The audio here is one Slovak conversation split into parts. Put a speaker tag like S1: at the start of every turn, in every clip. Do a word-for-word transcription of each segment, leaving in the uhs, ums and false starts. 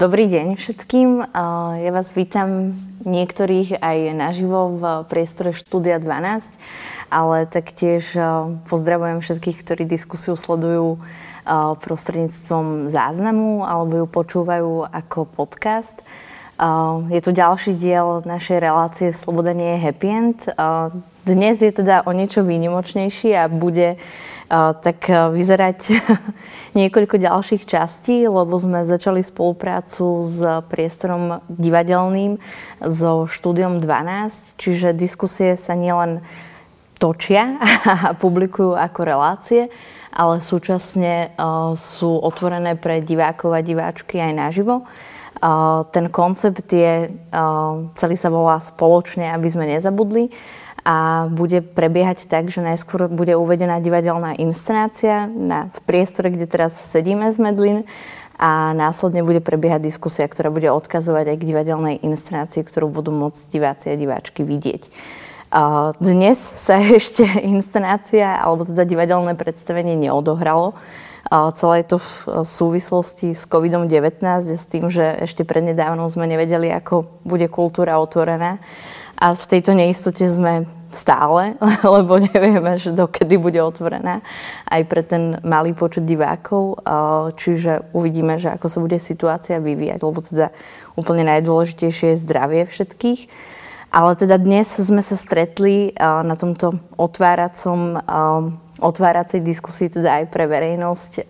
S1: Dobrý deň všetkým. Ja vás vítam niektorých aj naživo v priestore Štúdia dvanásť, ale taktiež pozdravujem všetkých, ktorí diskusiu sledujú prostredníctvom záznamu alebo ju počúvajú ako podcast. Je tu ďalší diel našej relácie Sloboda nie je happy end. Dnes je teda o niečo výnimočnejší a bude tak vyzerať niekoľko ďalších častí, lebo sme začali spoluprácu s priestorom divadelným, so Štúdiom dvanásť, čiže diskusie sa nielen točia a publikujú ako relácie, ale súčasne sú otvorené pre divákov a diváčky aj naživo. Ten koncept je, celý sa volá Spoločne, aby sme nezabudli. A bude prebiehať tak, že najskôr bude uvedená divadelná inscenácia na, v priestore, kde teraz sedíme z Medlin, a následne bude prebiehať diskusia, ktorá bude odkazovať aj k divadelnej inscenácii, ktorú budú môcť diváci a diváčky vidieť. Dnes sa ešte inscenácia, alebo teda divadelné predstavenie neodohralo. Celé je to v súvislosti s kovidom devätnásť a s tým, že ešte prednedávnom sme nevedeli, ako bude kultúra otvorená. A v tejto neistote sme stále, lebo nevieme, že dokedy bude otvorená aj pre ten malý počet divákov. Čiže uvidíme, že ako sa bude situácia vyvíjať, lebo teda úplne najdôležitejšie je zdravie všetkých. Ale teda dnes sme sa stretli na tomto otváracom, otváracej diskusii teda aj pre verejnosť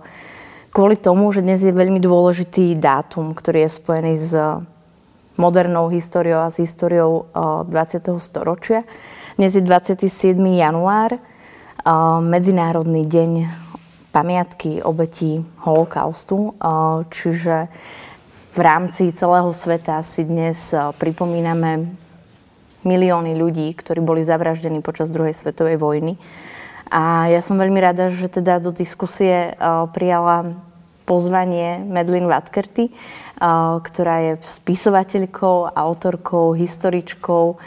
S1: kvôli tomu, že dnes je veľmi dôležitý dátum, ktorý je spojený s modernou históriou a s históriou dvadsiateho storočia. Dnes je dvadsiateho siedmeho január, Medzinárodný deň pamiatky obetí holokaustu. Čiže v rámci celého sveta si dnes pripomíname milióny ľudí, ktorí boli zavraždení počas druhej svetovej vojny. A ja som veľmi rada, že teda do diskusie prijala pozvanie Medlin Vatkerty, ktorá je spisovateľkou, autorkou, historičkou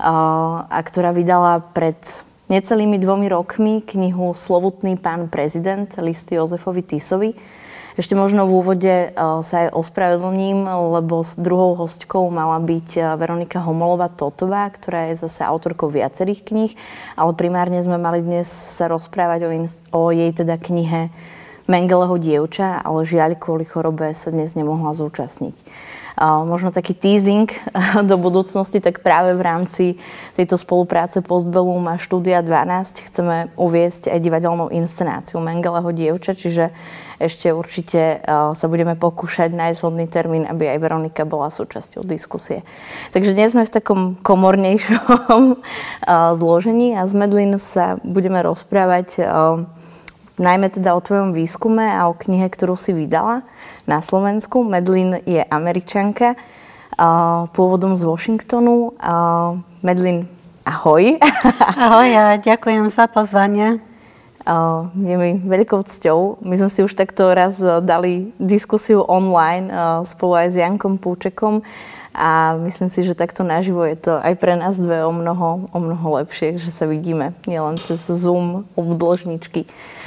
S1: a ktorá vydala pred necelými dvomi rokmi knihu Slovutný pán prezident, listy Jozefovi Tisovi. Ešte možno v úvode sa aj ospravedlním, lebo s druhou hostkou mala byť Veronika Homolová-Totová, ktorá je zase autorkou viacerých kníh, ale primárne sme mali dnes sa rozprávať o, in- o jej teda knihe Mengeleho dievča, ale žiaľ kvôli chorobe sa dnes nemohla zúčastniť. Možno taký teasing do budúcnosti, tak práve v rámci tejto spolupráce Postbellum a Štúdia dvanásť chceme uviesť aj divadelnú inscenáciu Mengeleho dievča, čiže ešte určite sa budeme pokúšať nájsť vhodný termín, aby aj Veronika bola súčasťou diskusie. Takže dnes sme v takom komornejšom zložení a z Medlin sa budeme rozprávať najmä teda o tvojom výskume a o knihe, ktorú si vydala na Slovensku. Medlin je Američanka, pôvodom z Washingtonu. Medlin, ahoj.
S2: Ahoj a ďakujem za pozvanie.
S1: Je mi veľkou cťou. My sme si už takto raz dali diskusiu online spolu aj s Jankom Púčekom a myslím si, že takto naživo je to aj pre nás dve o mnoho, o mnoho lepšie, že sa vidíme nielen cez Zoom obdĺžničky.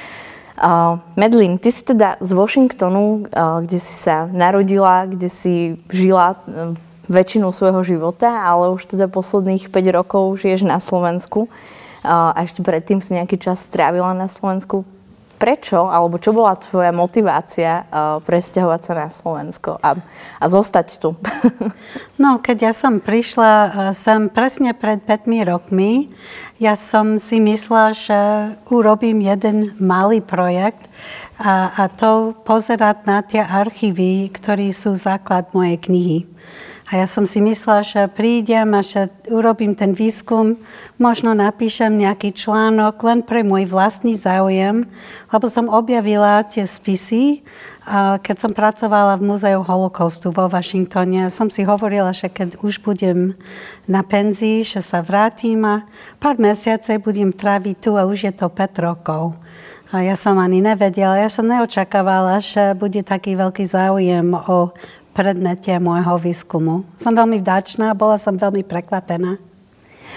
S1: Uh, Medlin, ty si teda z Washingtonu, uh, kde si sa narodila, kde si žila uh, väčšinu svojho života, ale už teda posledných päť rokov žiješ na Slovensku uh, a ešte predtým si nejaký čas strávila na Slovensku. Prečo, alebo čo bola tvoja motivácia uh, presťahovať sa na Slovensko a, a zostať tu?
S2: No, keď ja som prišla sem presne pred päťmi rokmi, ja som si myslela, že urobím jeden malý projekt a, a to pozerať na tie archívy, ktorí sú základ mojej knihy. A ja som si myslela, že prídem a že urobím ten výskum, možno napíšem nejaký článok len pre môj vlastný záujem, lebo som objavila tie spisy, keď som pracovala v Múzeu holokaustu vo Washingtone. Som si hovorila, že keď už budem na penzii, že sa vrátim a pár mesiacej budem tráviť tu a už je to päť rokov. A ja som ani nevedela, ja som neočakávala, že bude taký veľký záujem o predmete môjho výskumu. Som veľmi vďačná a bola som veľmi prekvapená.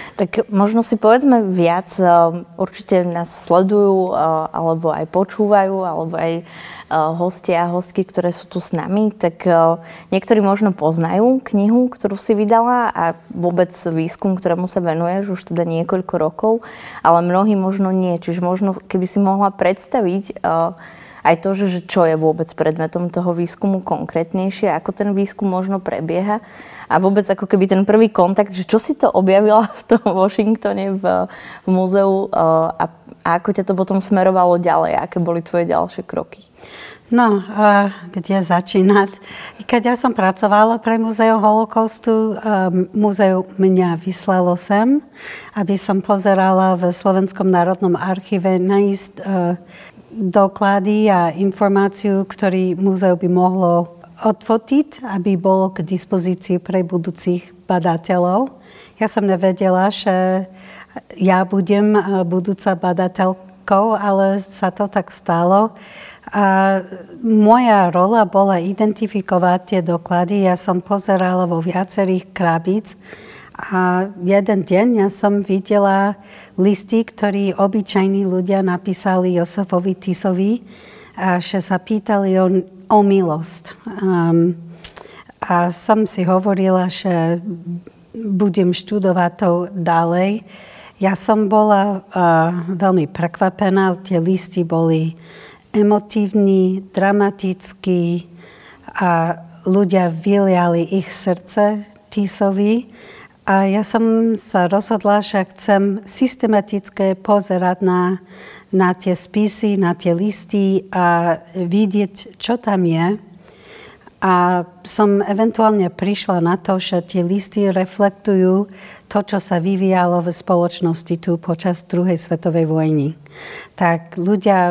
S1: Tak možno si povedzme viac, určite nás sledujú, alebo aj počúvajú, alebo aj hostia a hostky, ktoré sú tu s nami, tak niektorí možno poznajú knihu, ktorú si vydala a vôbec výskum, ktorému sa venuješ už teda niekoľko rokov, ale mnohí možno nie. Čiže možno, keby si mohla predstaviť aj to, že čo je vôbec predmetom toho výskumu konkrétnejšie, ako ten výskum možno prebieha a vôbec ako keby ten prvý kontakt, že čo si to objavila v tom Washingtone v, v múzeu a, a ako ťa to potom smerovalo ďalej, aké boli tvoje ďalšie kroky?
S2: No, uh, kde začínať? Keď ja som pracovala pre Múzeum holokaustu, uh, múzeum mňa vyslalo sem, aby som pozerala v Slovenskom národnom archíve nájsť uh, doklady a informáciu, ktorý múzeu by mohlo odfotiť, aby bolo k dispozícii pre budúcich badateľov. Ja som nevedela, že ja budem budúca badateľkou, ale sa to tak stalo. A moja rola bola identifikovať tie doklady. Ja som pozerala vo viacerých krabíc a jeden deň ja som videla listy, ktorí obyčajní ľudia napísali Josefovi Tisovi, a že sa pýtali o, o milosť. Um, a som si hovorila, že budem študovať to ďalej. Ja som bola uh, veľmi prekvapená. Tie listy boli emotívni, dramatickí a ľudia vyliali ich srdce Tisovi. A ja som sa rozhodla, že chcem systematicky pozerať na, na tie spisy, na tie listy a vidieť, čo tam je. A som eventuálne prišla na to, že tie listy reflektujú to, čo sa vyvíjalo v spoločnosti tu počas druhej svetovej vojny. Tak ľudia,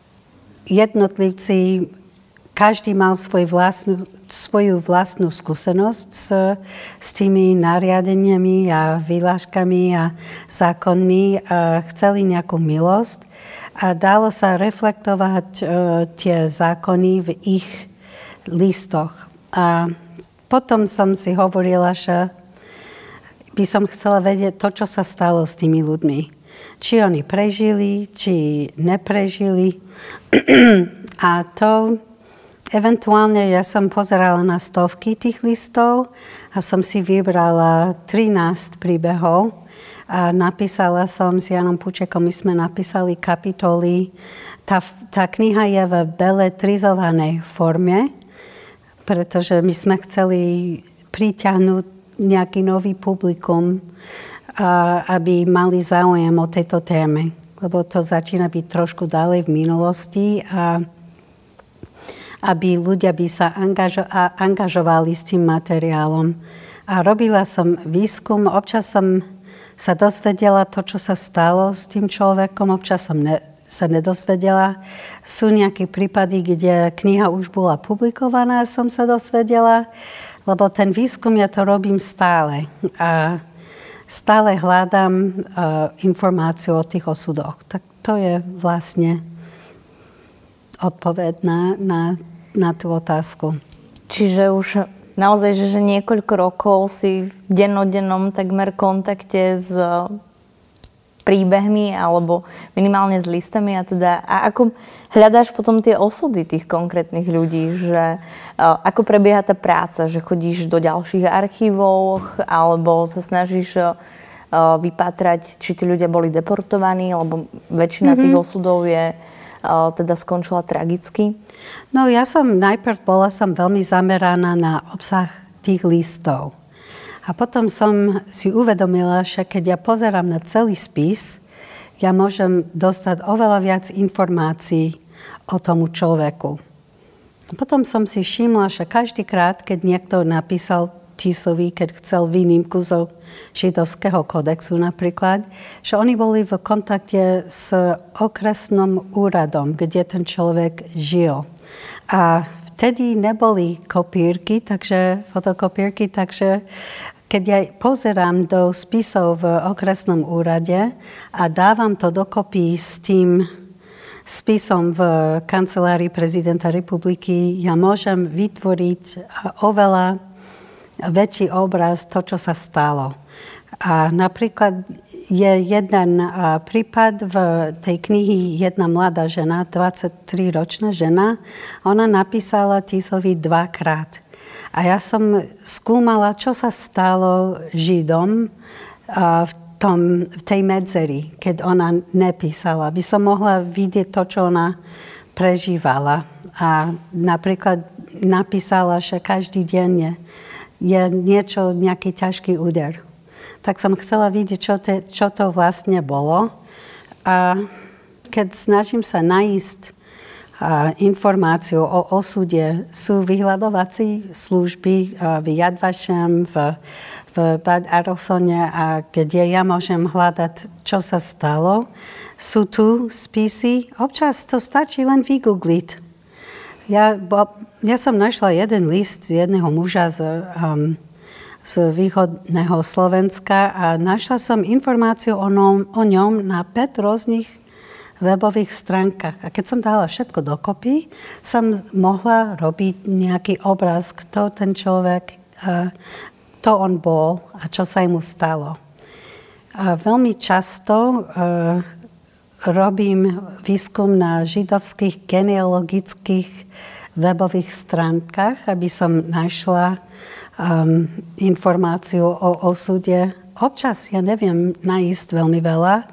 S2: jednotlivci, každý mal svoj vlastnú, svoju vlastnú skúsenosť s, s tými nariadeniami a vyhláškami a zákonmi a chceli nejakú milosť. A dalo sa reflektovať uh, tie zákony v ich listoch. A potom som si hovorila, že by som chcela vedieť to, čo sa stalo s tými ľuďmi. Či oni prežili, či neprežili. A to eventuálne ja som pozerala na stovky tých listov a som si vybrala trinásť príbehov a napísala som s Janom Pučekom, my sme napísali kapitoly. Tá, tá kniha je v beletrizovanej forme, pretože my sme chceli priťahnuť nejaký nový publikum, a, aby mali záujem o tejto téme, lebo to začína byť trošku ďalej v minulosti a aby ľudia by sa angažo- angažovali s tým materiálom. A robila som výskum, občas som sa dozvedela to, čo sa stalo s tým človekom, občas som ne- sa nedozvedela. Sú nejaké prípady, kde kniha už bola publikovaná, som sa dozvedela, lebo ten výskum ja to robím stále. A stále hľadám uh, informáciu o tých osudoch. Tak to je vlastne odpoveď na, na, na tú otázku.
S1: Čiže už naozaj, že, že niekoľko rokov si v dennodennom takmer kontakte s príbehmi alebo minimálne s listami a teda a ako hľadáš potom tie osudy tých konkrétnych ľudí, že uh, ako prebieha tá práca, že chodíš do ďalších archívov alebo sa snažíš uh, vypátrať, či tí ľudia boli deportovaní, lebo väčšina mm-hmm. tých osudov je uh, teda skončila tragicky.
S2: No ja som najprv bola som veľmi zameraná na obsah tých listov. A potom som si uvedomila, že keď ja pozerám na celý spis, ja môžem dostať oveľa viac informácií o tomu človeku. A potom som si všimla, že každýkrát, keď niekto napísal Tisovi, keď chcel výnimku zo židovského kodexu napríklad, že oni boli v kontakte s okresným úradom, kde ten človek žil. A vtedy neboli kopírky, takže fotokopírky, takže keď ja pozerám do spisov v okresnom úrade a dávam to dokopy s tým spisom v kancelárii prezidenta republiky, ja môžem vytvoriť oveľa väčší obraz to, čo sa stalo. A napríklad je jeden prípad v tej knihy jedna mladá žena, dvadsaťtriročná žena, ona napísala Tisovi dvakrát. A ja som skúmala, čo sa stalo Židom v, tom, v tej medzeri, keď ona nepísala. By som mohla vidieť to, čo ona prežívala. A napríklad napísala, že každý deň je, je niečo, nejaký ťažký úder. Tak som chcela vidieť, čo, te, čo to vlastne bolo. A keď snažím sa nájsť a, informáciu o osude, sú vyhľadovací služby a, v Yad Vashem, v, v Bad Arolsone, a kde ja môžem hľadať, čo sa stalo. Sú tu spisy. Občas to stačí len vygoogliť. Ja, bo, ja som našla jeden list jedného muža z... Um, z východného Slovenska a našla som informáciu o ňom, o ňom na päť rôznych webových stránkach. A keď som dala všetko dokopy, som mohla robiť nejaký obraz, kto ten človek, kto on bol a čo sa mu stalo. A veľmi často uh, robím výskum na židovských genealogických webových stránkach, aby som našla Um, informáciu o osude. Občas ja neviem nájsť veľmi veľa,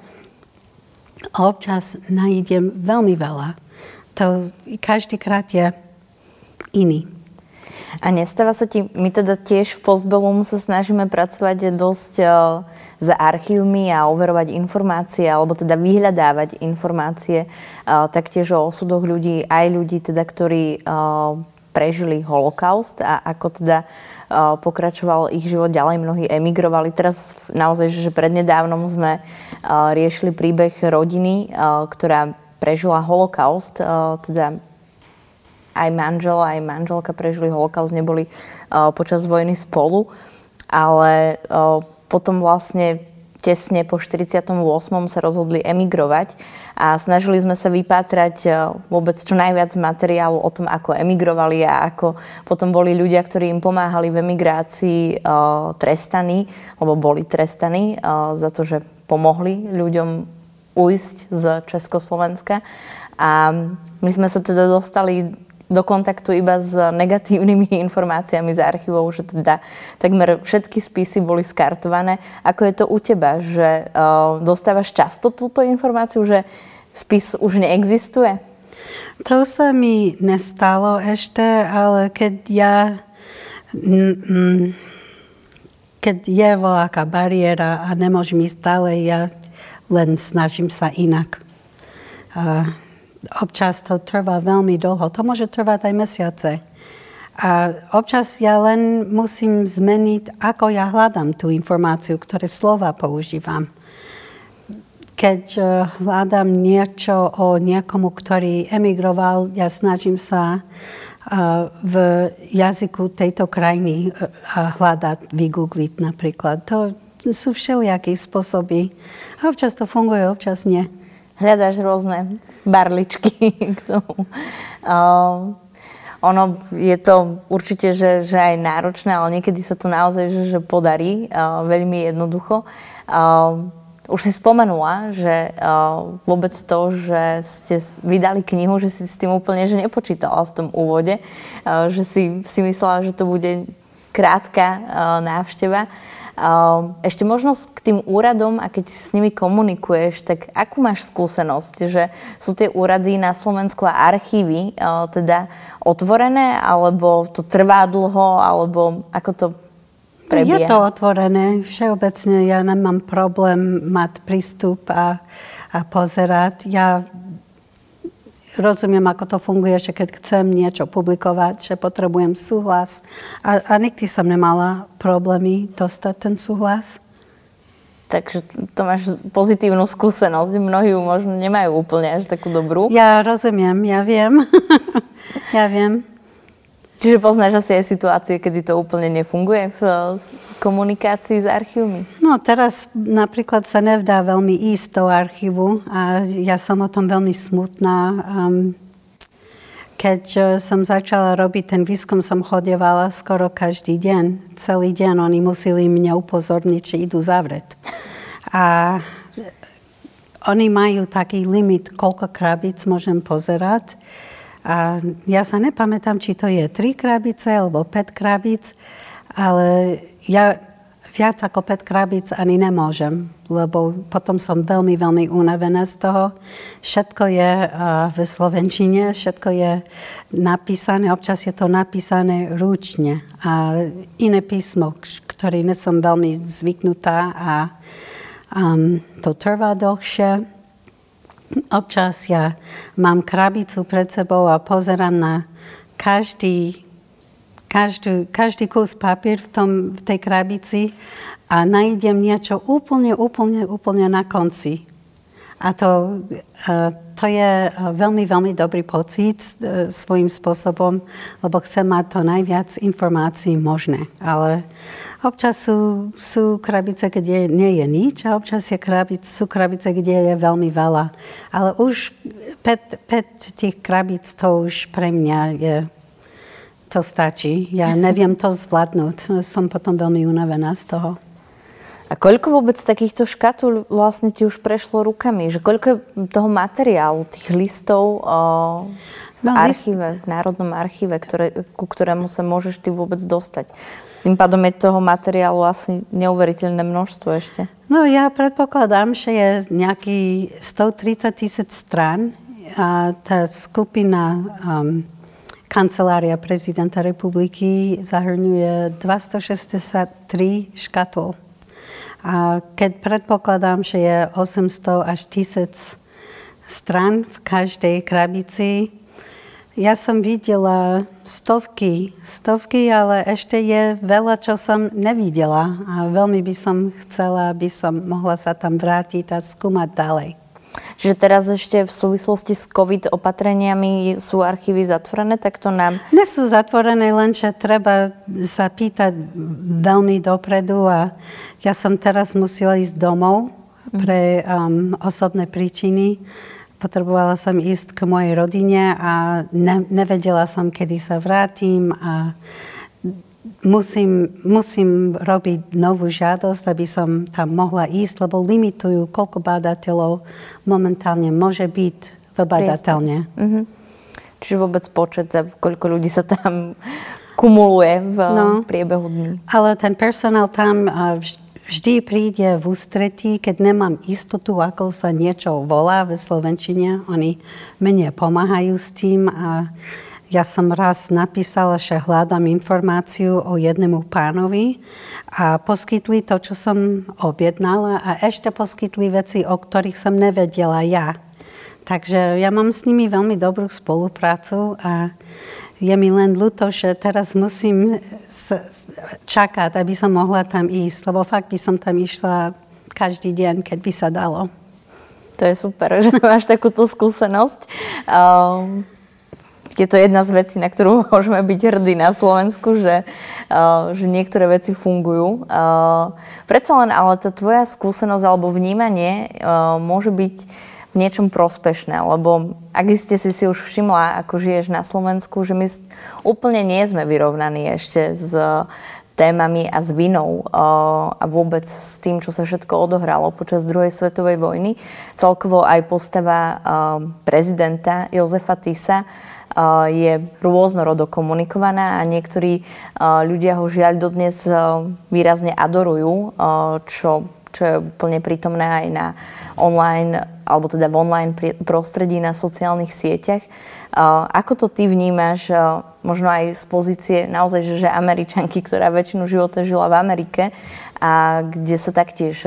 S2: občas nájdem veľmi veľa. To každýkrát je iný.
S1: A nestáva sa ti, my teda tiež v Postbellum sa snažíme pracovať dosť uh, s archívmi a overovať informácie, alebo teda vyhľadávať informácie uh, taktiež o osudoch ľudí, aj ľudí teda, ktorí uh, prežili holokaust a ako teda uh, pokračoval ich život ďalej. Mnohí emigrovali. Teraz naozaj, že prednedávnom sme uh, riešili príbeh rodiny, uh, ktorá prežila holokaust. Uh, teda aj manžel, aj manželka prežili holokaust, neboli uh, počas vojny spolu. Ale uh, potom vlastne tesne po štyridsiatom ôsmom sa rozhodli emigrovať a snažili sme sa vypátrať vôbec čo najviac materiálu o tom, ako emigrovali a ako potom boli ľudia, ktorí im pomáhali v emigrácii, trestaní, alebo boli trestaní za to, že pomohli ľuďom ujsť z Československa. A my sme sa teda dostali do kontaktu iba s negatívnymi informáciami z archívov, že teda takmer všetky spisy boli skartované. Ako je to u teba, že uh, dostávaš často túto informáciu, že spis už neexistuje?
S2: To sa mi nestalo ešte, ale keď ja... Mm, keď je voľaká bariéra a nemôžem ísť ďalej, ja len snažím sa inak. Uh, Občas to trvá veľmi dlho. To môže trvať aj mesiace. A občas ja len musím zmeniť, ako ja hľadám tú informáciu, ktoré slova používam. Keď hľadám niečo o niekomu, ktorý emigroval, ja snažím sa v jazyku tejto krajiny hľadať, vygoogliť napríklad. To sú všelijaké spôsoby. A občas to funguje, občas nie.
S1: Hľadáš rôzne barličky k tomu. Uh, ono je to určite, že, že aj náročné, ale niekedy sa to naozaj že, že podarí uh, veľmi jednoducho. Uh, už si spomenula, že uh, vôbec to, že ste vydali knihu, že si s tým úplne že nepočítala v tom úvode, uh, že si, si myslela, že to bude krátka uh, návšteva. Ešte možno k tým úradom, a keď s nimi komunikuješ, tak akú máš skúsenosť, že sú tie úrady na Slovensku a archívy teda otvorené, alebo to trvá dlho, alebo ako to prebieha?
S2: Je to otvorené. Všeobecne ja nemám problém mať prístup a, a pozerať. Ja rozumiem, ako to funguje, že keď chcem niečo publikovať, že potrebujem súhlas. A, a nikdy som nemala problémy dostať ten súhlas.
S1: Takže to máš pozitívnu skúsenosť. Mnohí ju možno nemajú úplne až takú dobrú.
S2: Ja rozumiem, ja viem. ja viem.
S1: Čiže poznáš asi aj situácie, kedy to úplne nefunguje v komunikácii s archívmi?
S2: No teraz napríklad sa nevdá veľmi ísť do archívu a ja som o tom veľmi smutná. Um, keď som začala robiť ten výskum, som chodievala skoro každý deň. Celý deň oni museli mňa upozorniť, či idú zavrieť. A oni majú taký limit, koľko krabíc môžem pozerať. A ja sa nepamätám, či to je tri krabice alebo päť krabíc, ale ja viac ako päť krabíc ani nemôžem, lebo potom som veľmi, veľmi unavená z toho. Všetko je uh, v slovenčine, všetko je napísané, občas je to napísané ručne. A iné písmo, ktoré nie som veľmi zvyknutá a um, to trvá dlhšie. Občas ja mám krabicu pred sebou a pozerám na každý Každý, každý kus papier v, tom, v tej krabici a nájdem niečo úplne, úplne, úplne na konci. A to, to je veľmi, veľmi dobrý pocit svojím spôsobom, lebo chcem mať to najviac informácií možné. Ale občas sú, sú krabice, kde nie je nič a občas je krabice, sú krabice, kde je veľmi veľa. Ale už päť tých krabíc to už pre mňa je... To stačí. Ja neviem to zvládnuť. Som potom veľmi unavená z toho.
S1: A koľko vôbec takýchto škatul vlastne ti už prešlo rukami? Že koľko toho materiálu, tých listov o no, archíve, list... v Národnom archíve, ktoré, ku ktorému sa môžeš ty vôbec dostať? Tým pádom je toho materiálu asi neuveriteľné množstvo ešte.
S2: No ja predpokladám, že je nejaký stotridsať tisíc strán a tá skupina... Um, Kancelária prezidenta republiky zahrňuje dvestošesťdesiattri škatul. A keď predpokladám, že je osemsto až tisíc strán v každej krabici, ja som videla stovky, stovky, ale ešte je veľa, čo som nevidela. A veľmi by som chcela, aby som mohla sa tam vrátiť a skúmať ďalej.
S1: Čiže teraz ešte v súvislosti s COVID opatreniami sú archívy zatvorené, tak to nám...
S2: Nie sú zatvorené, len že treba sa pýtať veľmi dopredu a ja som teraz musela ísť domov pre um, osobné príčiny. Potrebovala som ísť k mojej rodine a ne, nevedela som, kedy sa vrátim a Musím, musím robiť novú žiadosť, aby som tam mohla ísť, lebo limitujú, koľko badateľov momentálne môže byť v badateľne. Mm-hmm.
S1: Čiže vôbec počet, koľko ľudí sa tam kumuluje v no, priebehu dní.
S2: Ale ten personál tam vždy príde v ústretí, keď nemám istotu, ako sa niečo volá v slovenčine. Oni mne pomáhajú s tým a ja som raz napísala, že hľadám informáciu o jednému pánovi a poskytli to, čo som objednala a ešte poskytli veci, o ktorých som nevedela ja. Takže ja mám s nimi veľmi dobrú spoluprácu a je mi len ľúto, že teraz musím čakať, aby som mohla tam ísť, lebo fakt by som tam išla každý deň, keď by sa dalo.
S1: To je super, že máš takúto skúsenosť. Um... Je to jedna z vecí, na ktorú môžeme byť hrdí na Slovensku, že, uh, že niektoré veci fungujú. Uh, predsa len ale tá tvoja skúsenosť alebo vnímanie uh, môže byť v niečom prospešné, lebo ak ste si si už všimla, ako žiješ na Slovensku, že my úplne nie sme vyrovnaní ešte s témami a s vinou uh, a vôbec s tým, čo sa všetko odohralo počas druhej svetovej vojny. Celkovo aj postava uh, prezidenta Jozefa Tisa je rôznorodo komunikovaná a niektorí ľudia ho žiaľ dodnes výrazne adorujú, čo, čo je úplne prítomné aj na online, alebo teda v online prostredí na sociálnych sieťach. Ako to ty vnímaš, možno aj z pozície naozaj, že Američanky, ktorá väčšinu života žila v Amerike a kde sa taktiež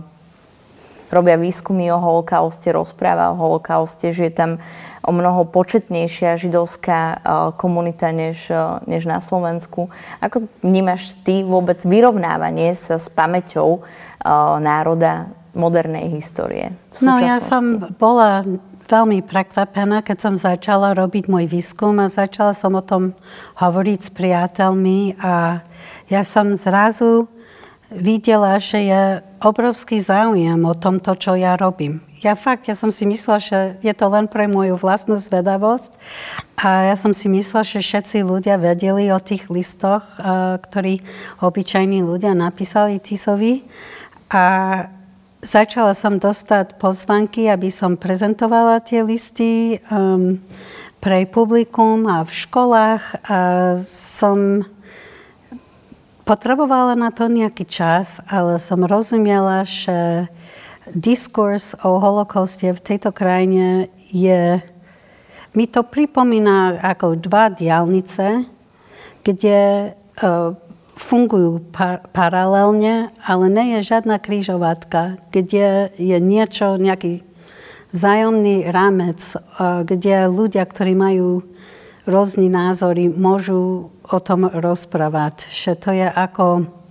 S1: robia výskumy o holokauste, rozpráva o holokauste, že je tam o mnoho početnejšia židovská komunita než, než na Slovensku. Ako vnímaš ty vôbec vyrovnávanie sa s pamäťou národa modernej histórie v súčasnosti?
S2: No ja som bola veľmi prekvapená, keď som začala robiť môj výskum a začala som o tom hovoriť s priateľmi a ja som zrazu videla, že je obrovský záujem o tomto, čo ja robím. Ja fakt, ja som si myslela, že je to len pre moju vlastnú zvedavosť a ja som si myslela, že všetci ľudia vedeli o tých listoch, ktorí obyčajní ľudia napísali Tisovi. A začala som dostať pozvanky, aby som prezentovala tie listy um, pre publikum a v školách. A som potrebovala na to nejaký čas, ale som rozumela, že diskurs o holokauste v tejto krajine je, mi to pripomína ako dva diaľnice, kde uh, fungujú par- paralelne, ale nie je žiadna križovatka, kde je niečo, nejaký vzájomný rámec, uh, kde ľudia, ktorí majú rôzne názory, môžu o tom rozprávať. Že to je ako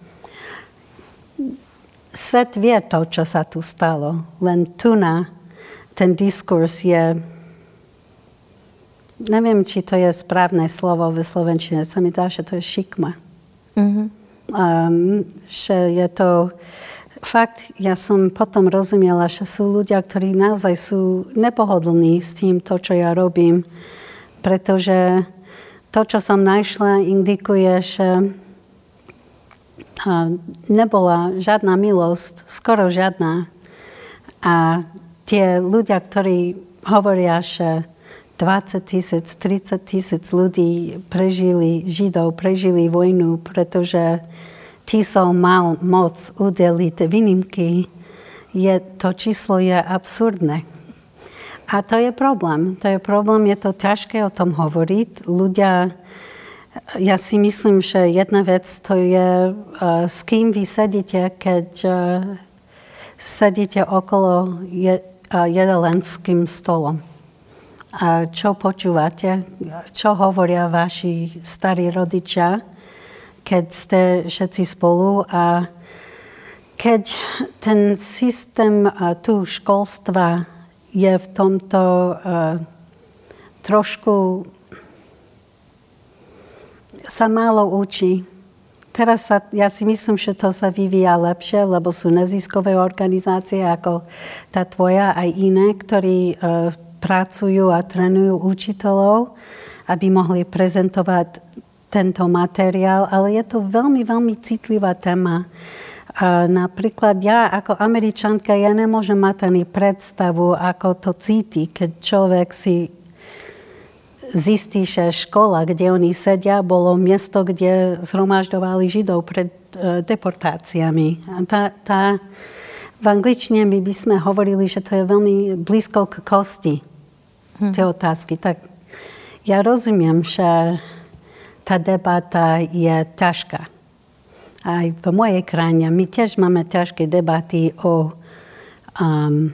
S2: svet vie to, čo sa tu stalo. Len tu na ten diskurs je, neviem, či to je správne slovo v slovenčine, sa mi dá, že to je šikma. Mm-hmm. Um, že je to, fakt, ja som potom rozumela, že sú ľudia, ktorí naozaj sú nepohodlní s tým, to, čo ja robím, pretože to, čo som našla, indikuje, že nebola žiadna milosť, skoro žiadna. A tie ľudia, ktorí hovoria, že dvadsať tisíc, tridsať tisíc ľudí prežili, Židov prežili vojnu, pretože Tiso mal moc udeliť výnimky, je, to číslo je absurdné. A to je problém. To je problém, je to ťažké o tom hovoriť. Ľudia, ja si myslím, že jedna vec to je, uh, s kým vy sedíte, keď uh, sedíte okolo je, uh, jedelenským stolom. A čo počúvate, čo hovoria vaši starí rodičia, keď ste všetci spolu. A keď ten systém uh, tu školstva je v tomto uh, trošku sa málo učí. Teraz sa, ja si myslím, že to sa vyvíja lepšie, lebo sú neziskové organizácie ako tá tvoja aj iné, ktorí uh, pracujú a trénujú učiteľov, aby mohli prezentovať tento materiál, ale je to veľmi, veľmi citlivá téma. A napríklad ja ako Američanka, ja nemôžem mať ani predstavu, ako to cíti, keď človek si zistí, že škola, kde oni sedia, bolo miesto, kde zhromažďovali Židov pred uh, deportáciami. A tá, tá, v angličtine my by sme hovorili, že to je veľmi blízko k kosti, hm. tie otázky. Tak ja rozumiem, že tá debata je ťažká. Aj v mojej krajine my tiež máme ťažké debaty o um,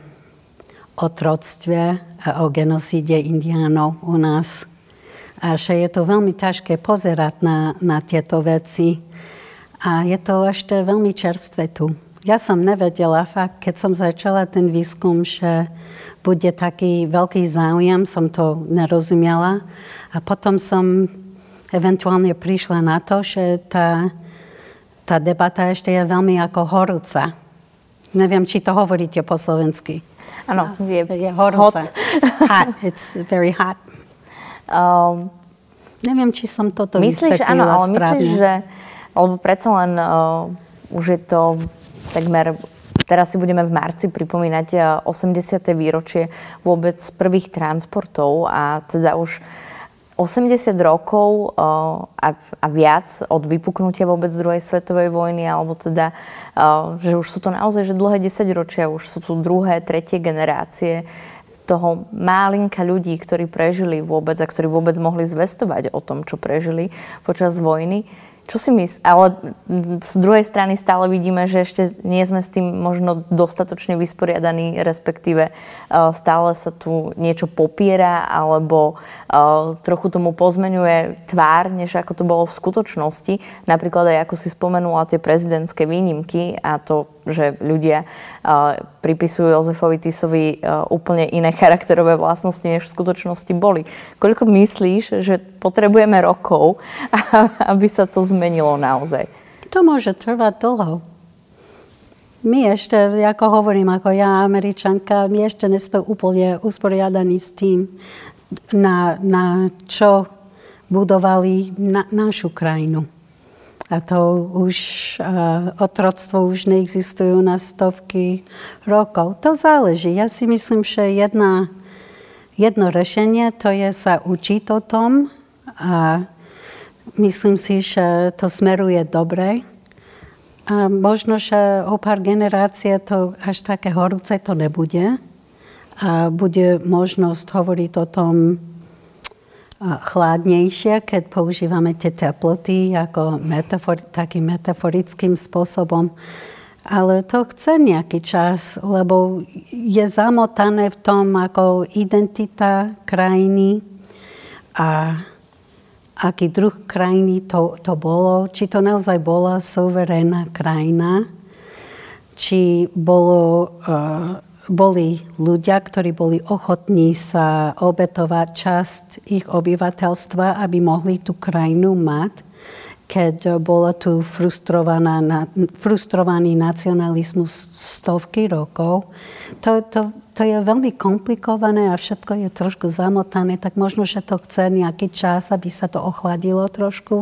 S2: otroctve a o genocíde indiánov u nás. A že je to veľmi ťažké pozerať na, na tieto veci. A je to ešte veľmi čerstvé tu. Ja som nevedela fakt, keď som začala ten výskum, že bude taký veľký záujem, som to nerozumela. A potom som eventuálne prišla na to, že tá Tá debata ešte je veľmi ako horúca. Neviem, či to hovoríte po slovensky.
S1: Áno, je,
S2: je horúca.
S1: Hot.
S2: Hot. It's very hot. Um, Neviem, či som toto
S1: myslíš,
S2: vysvetlila
S1: áno, ale
S2: správne.
S1: myslíš, že, lebo predsa len uh, už je to takmer, teraz si budeme v marci pripomínať uh, osemdesiate výročie vôbec prvých transportov a teda už osemdesiat rokov uh, a, a viac od vypuknutia vôbec druhej svetovej vojny, alebo teda, uh, že už sú to naozaj že dlhé desaťročia, už sú tu druhé, tretie generácie toho málinka ľudí, ktorí prežili vôbec a ktorí vôbec mohli zvestovať o tom, čo prežili počas vojny. Čo si myslíš? Ale z druhej strany stále vidíme, že ešte nie sme s tým možno dostatočne vysporiadaní, respektíve stále sa tu niečo popiera alebo trochu tomu pozmeňuje tvár, než ako to bolo v skutočnosti. Napríklad aj ako si spomenula tie prezidentské výnimky a to, že ľudia pripisujú Jozefovi Tisovi úplne iné charakterové vlastnosti, než v skutočnosti boli. Koľko myslíš, že potrebujeme rokov, aby sa to zmenilo naozaj?
S2: To môže trvať dlho. my ešte, ako hovorím, ako ja, Američanka, my ešte nesme úplne usporiadaní s tým, na, na čo budovali na, našu krajinu. A to už, uh, otroctvo už neexistujú na stovky rokov. To záleží. Ja si myslím, že jedna, jedno riešenie to je sa učiť o tom a myslím si, že to smeruje dobre. A možno, že o pár generácie to až také horúce to nebude. A bude možnosť hovoriť o tom chladnejšie, keď používame tie teploty ako metafor, takým metaforickým spôsobom. Ale to chce nejaký čas, lebo je zamotané v tom ako identita krajiny a aký druh krajiny to, to bolo. Či to naozaj bola suverénna krajina, či bolo... Uh, boli ľudia, ktorí boli ochotní sa obetovať časť ich obyvateľstva, aby mohli tú krajinu mať, keď bola tu frustrovaná, frustrovaný nacionalizmus stovky rokov. To, to, to je veľmi komplikované a všetko je trošku zamotané, tak možno, že to chce nejaký čas, aby sa to ochladilo trošku.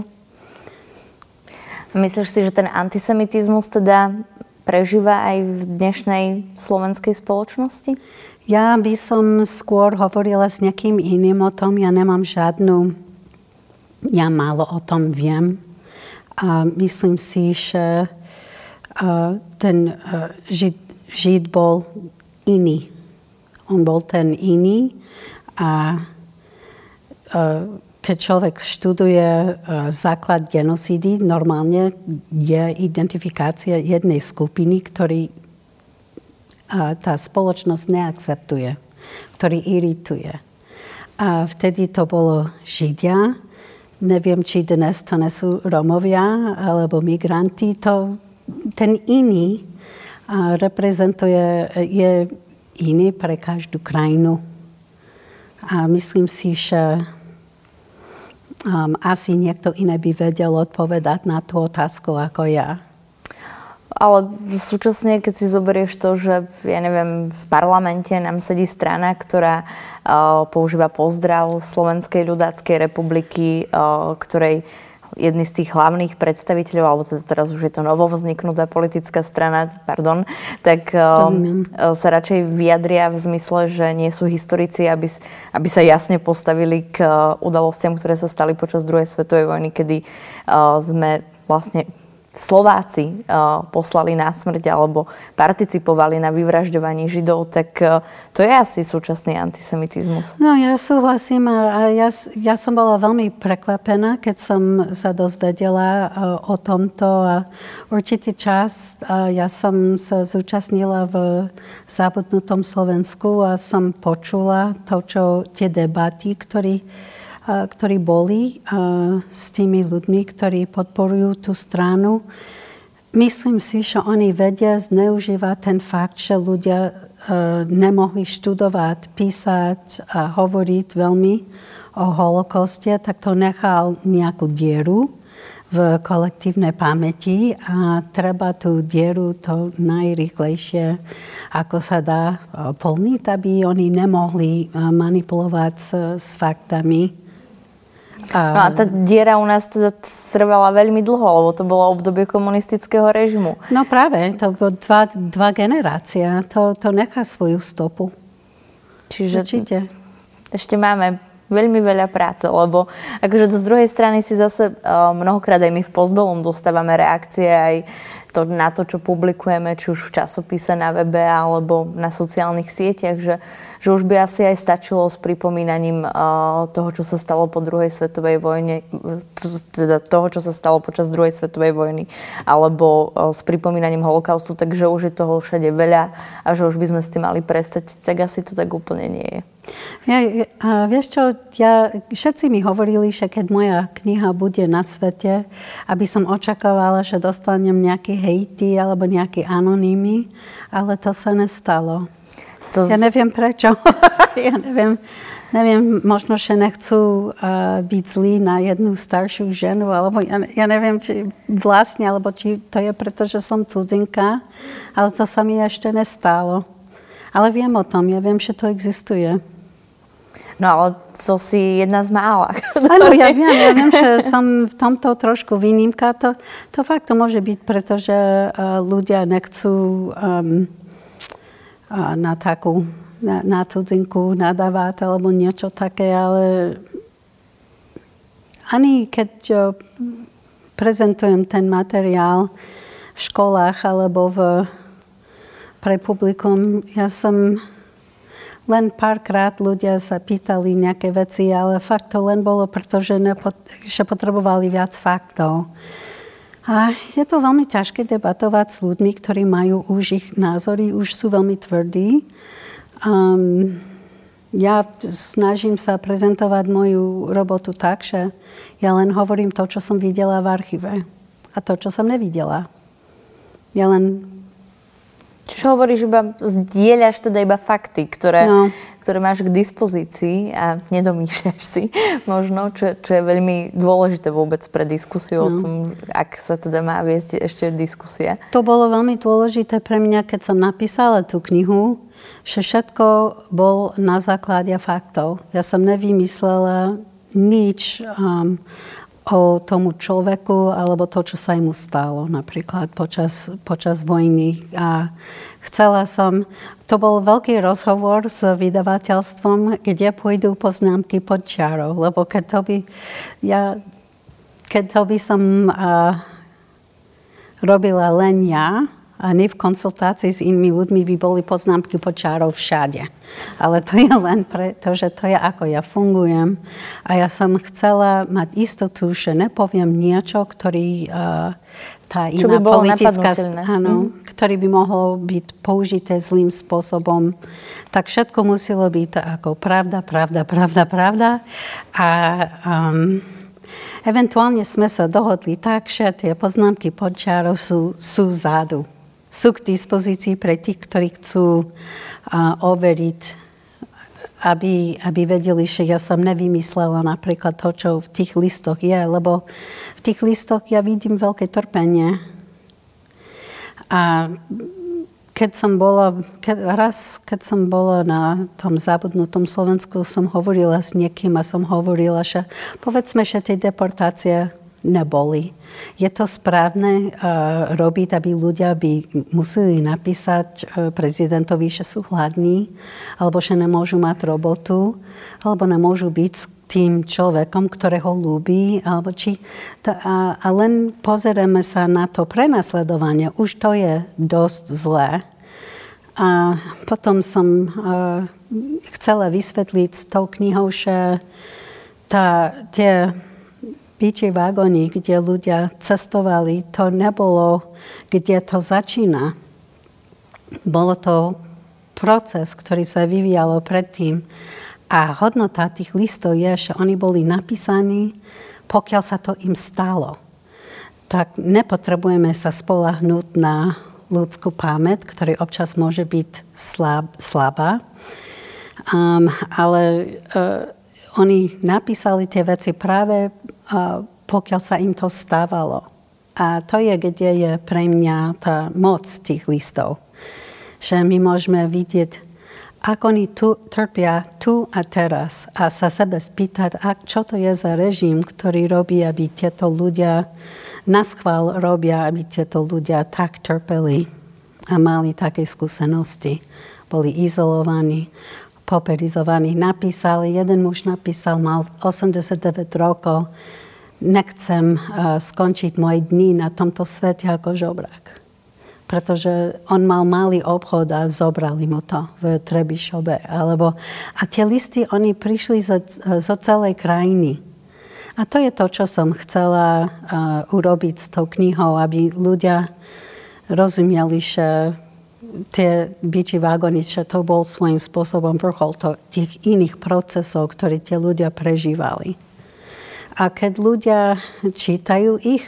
S1: Myslíš si, že ten antisemitizmus teda prežíva aj v dnešnej slovenskej spoločnosti?
S2: Ja by som skôr hovorila s niekým iným o tom. Ja nemám žiadnu... Ja málo o tom viem. A myslím si, že ten Žid, Žid bol iný. On bol ten iný. A keď človek študuje základ genocídy, normálne je identifikácia jednej skupiny, ktorý tá spoločnosť neakceptuje, ktorý irituje. A vtedy to bolo Židia. Neviem, či dnes to nesú Rómovia alebo migranti. To, ten iný reprezentuje, je iný pre každú krajinu. A myslím si, že Um, asi niekto iné by vedel odpovedať na tú otázku ako ja.
S1: Ale súčasne, keď si zoberieš to, že ja neviem, v parlamente nám sedí strana, ktorá uh, používa pozdrav Slovenskej ľudáckej republiky, uh, ktorej jedný z tých hlavných predstaviteľov, alebo teda teraz už je to novovzniknutá politická strana, pardon, tak um, sa radšej vyjadria v zmysle, že nie sú historici, aby, aby sa jasne postavili k uh, udalostiam, ktoré sa stali počas druhej svetovej vojny, kedy uh, sme vlastne Slováci uh, poslali na smrť alebo participovali na vyvražďovaní Židov, tak uh, to je asi súčasný antisemitizmus.
S2: No ja súhlasím a ja, ja som bola veľmi prekvapená, keď som sa dozvedela uh, o tomto a určitý čas uh, ja som sa zúčastnila v Zabudnutom Slovensku a som počula to, čo tie debaty, ktorí ktorí boli uh, s tými ľuďmi, ktorí podporujú tú stranu. Myslím si, že oni vedia zneužívať ten fakt, že ľudia uh, nemohli študovať, písať a hovoriť veľmi o holokauste, tak to nechal nejakú dieru v kolektívnej pamäti a treba tú dieru to najrýchlejšie, ako sa dá, uh, plniť, aby oni nemohli uh, manipulovať s, s faktami.
S1: No a tá diera u nás teda trvala veľmi dlho, lebo to bolo obdobie komunistického režimu.
S2: No práve, to bolo dva, dva generácie. To, to nechá svoju stopu.
S1: Čiže
S2: určite
S1: ešte máme veľmi veľa práce, lebo akože z druhej strany si zase uh, mnohokrát aj my v Postbellum dostávame reakcie aj to, na to, čo publikujeme, či už v časopise, na webe alebo na sociálnych sieťach, že, že už by asi aj stačilo s pripomínaním uh, toho, čo sa stalo po druhej svetovej vojne, teda toho, čo sa stalo počas druhej svetovej vojny, alebo uh, s pripomínaním holokaustu, takže už je toho všade veľa a že už by sme s tým mali prestať, tak asi to tak úplne nie je.
S2: Ja, a vieš čo, ja, všetci mi hovorili, že keď moja kniha bude na svete, aby som očakávala, že dostanem nejaké hejty alebo nejaké anonýmy, ale to sa nestalo. To z... Ja neviem prečo. ja neviem, neviem, možno, že nechcú uh, byť zlí na jednu staršiu ženu, alebo ja, ja neviem, či vlastne, alebo či to je preto, že som cudzinka, ale to sa mi ešte nestalo. Ale viem o tom, ja viem, že to existuje.
S1: No ale to si jedna z mála.
S2: Áno, ja viem, ja viem, že som v tomto trošku výnimka. To, to fakt to môže byť, pretože uh, ľudia nechcú um, uh, na takú, na, na cudzinku nadávať alebo niečo také, ale ani keď uh, prezentujem ten materiál v školách alebo v, pre publikum, ja som len párkrát ľudia sa pýtali nejaké veci, ale fakt to len bolo, pretože nepot- že potrebovali viac faktov. A je to veľmi ťažké debatovať s ľuďmi, ktorí majú už ich názory, už sú veľmi tvrdí. Um, ja snažím sa prezentovať moju robotu tak, že ja len hovorím to, čo som videla v archíve a to, čo som nevidela. Ja len
S1: Čiže hovoríš iba, zdieľaš teda iba fakty, ktoré,
S2: no.
S1: ktoré máš k dispozícii a nedomýšľaš si možno, čo, čo je veľmi dôležité vôbec pre diskusiu no. o tom, ak sa teda má viesť ešte diskusia.
S2: To bolo veľmi dôležité pre mňa, keď som napísala tú knihu, že všetko bol na základe faktov. Ja som nevymyslela nič um, o tomu človeku, alebo to, čo sa mu stalo, napríklad počas, počas vojny. A chcela som, to bol veľký rozhovor s vydavateľstvom, kde pôjdu poznámky pod čiarou, lebo keď to by, ja, keď to by som uh, robila len ja, a nie v konsultácii s inými ľuďmi by boli poznámky pod čárou všade. Ale to je len preto, že to je ako ja fungujem. A ja som chcela mať istotu, že nepoviem niečo, ktorý uh, tá iná
S1: čo by bolo
S2: politická...
S1: mm.
S2: Áno, ktorý by mohol byť použité zlým spôsobom. Tak všetko muselo byť ako pravda, pravda, pravda, pravda. A... Um, eventuálne sme sa dohodli tak, že tie poznámky pod čárou sú, sú vzadu. Sú k dispozícii pre tých, ktorí chcú uh, overiť, aby, aby vedeli, že ja som nevymyslela napríklad to, čo v tých listoch je, lebo v tých listoch ja vidím veľké trpenie. A keď som bola, keď, raz, keď som bola na tom zabudnutom Slovensku, som hovorila s niekým a som hovorila, že povedzme, že tie deportácie neboli. Je to správne uh, robiť, aby ľudia by museli napísať uh, prezidentovi, že sú hladní, alebo že nemôžu mať robotu, alebo nemôžu byť s tým človekom, ktorého ľúbi, alebo či... To, a, a len pozrieme sa na to prenasledovanie. Už to je dosť zlé. A potom som uh, chcela vysvetliť s tou knihou, že tá, tie bičie vagóny, kde ľudia cestovali, to nebolo, kde to začína. Bolo to proces, ktorý sa vyvíjalo predtým. A hodnota tých listov je, že oni boli napísaní, pokiaľ sa to im stalo. Tak nepotrebujeme sa spoľahnúť na ľudskú pamäť, ktorá občas môže byť slab, slabá. Um, ale uh, oni napísali tie veci práve uh, pokiaľ sa im to stávalo. A to je, kde je pre mňa tá moc tých listov. Že my môžeme vidieť, ako oni tu, trpia tu a teraz a sa sebe spýtať, ak, čo to je za režim, ktorý robí, aby tieto ľudia naschvál robia, aby tieto ľudia tak trpeli a mali také skúsenosti. Boli izolovaní, pauperizovaní. Napísali, jeden muž napísal, mal osemdesiatdeväť rokov, nechcem uh, skončiť moje dni na tomto svete ako žobrák. Pretože on mal malý obchod a zobrali mu to v Trebišove. Alebo, a tie listy, oni prišli zo, zo celej krajiny. A to je to, čo som chcela uh, urobiť s tou knihou, aby ľudia rozumieli, že tie bičie vagóny, že to bol svojím spôsobom vrchol to, tých iných procesov, ktoré tie ľudia prežívali. A keď ľudia čítajú ich,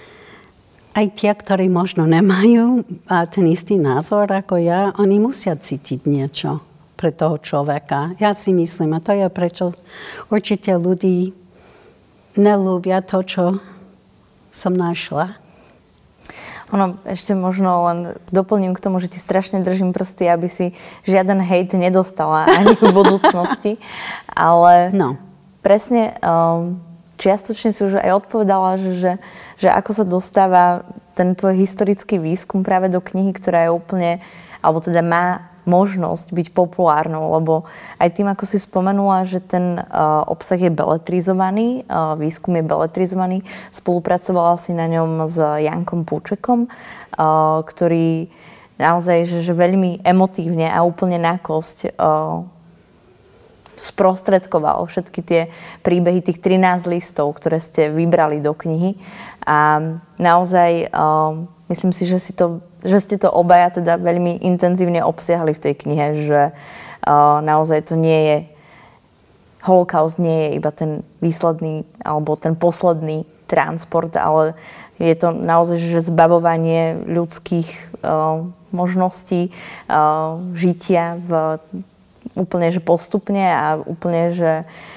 S2: aj tie, ktorí možno nemajú ten istý názor ako ja, oni musia cítiť niečo. pre toho človeka. Ja si myslím, a to je prečo určite ľudí nelúbia to, čo som našla.
S1: Ono, ešte možno len doplním k tomu, že ti strašne držím prsty, aby si žiaden hejt nedostala ani v budúcnosti. Ale
S2: no.
S1: presne um, čiastočne si už aj odpovedala, že, že, že ako sa dostáva ten tvoj historický výskum práve do knihy, ktorá je úplne, alebo teda má možnosť byť populárnou, lebo aj tým, ako si spomenula, že ten uh, obsah je beletrizovaný, uh, výskum je beletrizovaný, spolupracovala si na ňom s Jankom Púčekom, uh, ktorý naozaj že, že veľmi emotívne a úplne na kosť uh, sprostredkoval všetky tie príbehy, tých trinásť listov, ktoré ste vybrali do knihy. A naozaj uh, myslím si, že si to že ste to obaja teda veľmi intenzívne obsiahli v tej knihe, že uh, naozaj to nie je, holokaust nie je iba ten výsledný alebo ten posledný transport, ale je to naozaj že zbavovanie ľudských uh, možností uh, žitia v, úplne že postupne a úplne že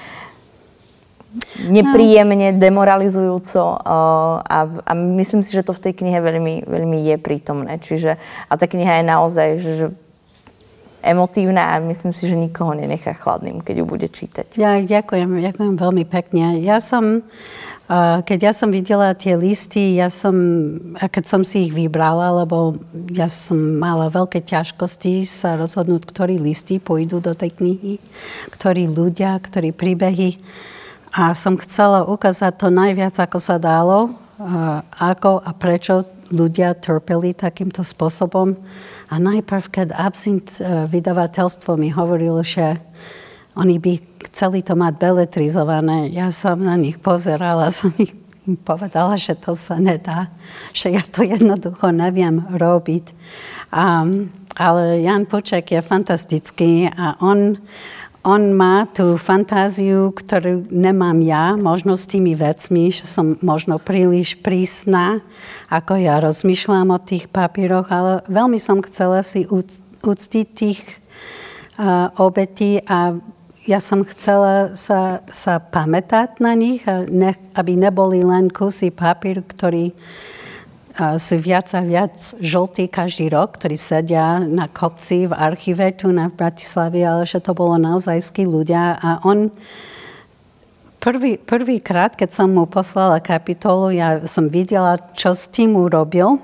S1: nepríjemne, demoralizujúco uh, a, a myslím si, že to v tej knihe veľmi, veľmi je prítomné. Čiže, a tá kniha je naozaj že, že emotívna a myslím si, že nikoho nenechá chladným, keď ju bude čítať.
S2: Ja ďakujem, ďakujem veľmi pekne. Ja som, uh, keď ja som videla tie listy, ja som, a keď som si ich vybrala, lebo ja som mala veľké ťažkosti sa rozhodnúť, ktorí listy pôjdu do tej knihy, ktorí ľudia, ktorí príbehy. A som chcela ukázať to najviac, ako sa dalo, ako a prečo ľudia trpeli takýmto spôsobom. A najprv, keď Absint vydavateľstvo mi hovorilo, že oni by chceli to mať beletrizované, ja som na nich pozerala, som ich im povedala, že to sa nedá, že ja to jednoducho neviem robiť. A, ale Jan Púček je fantastický a on... On má tú fantáziu, ktorú nemám ja, možno s tými vecmi, že som možno príliš prísna, ako ja rozmýšľam o tých papíroch, ale veľmi som chcela si uctiť tých uh, obetí a ja som chcela sa, sa pamätať na nich, a nech, aby neboli len kusy papír, ktorý Uh, sú viac a viac žltí každý rok, ktorí sedia na kopci v archíve tu na Bratislave, ale že to bolo naozajskí ľudia. A on prvý, prvýkrát, keď som mu poslala kapitolu, ja som videla, čo s tým urobil.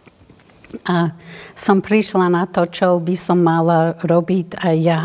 S2: A som prišla na to, čo by som mala robiť aj ja,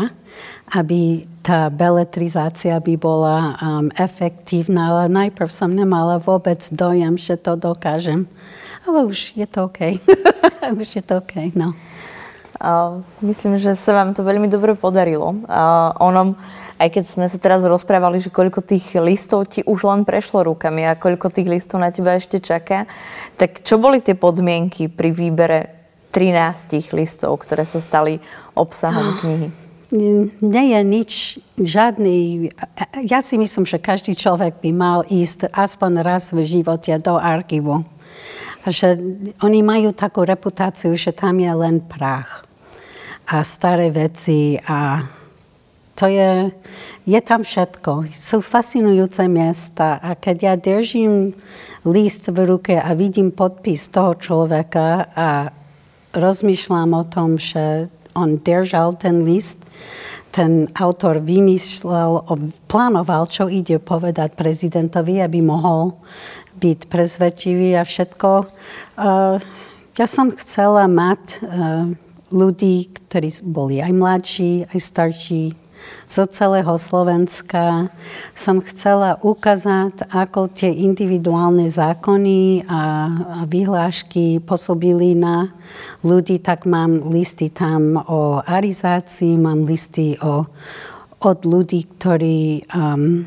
S2: aby tá beletrizácia by bola um, efektívna, ale najprv som nemala vôbec dojem, že to dokážem. Ale už je to OK. Už je to OK, no.
S1: Uh, myslím, že sa vám to veľmi dobre podarilo. Uh, onom, aj keď sme sa teraz rozprávali, že koľko tých listov ti už len prešlo rukami a koľko tých listov na teba ešte čaká, tak čo boli tie podmienky pri výbere trinástich listov, ktoré sa stali obsahom knihy?
S2: Nie je nič, žiadny... Ja si myslím, že každý človek by mal ísť aspoň raz v živote do archívu. A že oni majú takú reputáciu, že tam je len prach a staré veci a to je, je tam všetko. Sú fascinujúce miesta a keď ja držím list v ruke a vidím podpis toho človeka a rozmýšľam o tom, že on držal ten list, ten autor vymyslel, plánoval, čo ide povedať prezidentovi, aby mohol byť presvedčivý a všetko. Uh, ja som chcela mať uh, ľudí, ktorí boli aj mladší, aj starší, zo celého Slovenska. Som chcela ukázať, ako tie individuálne zákony a, a vyhlášky pôsobili na ľudí. Tak mám listy tam o arizácii, mám listy o, od ľudí, ktorí um,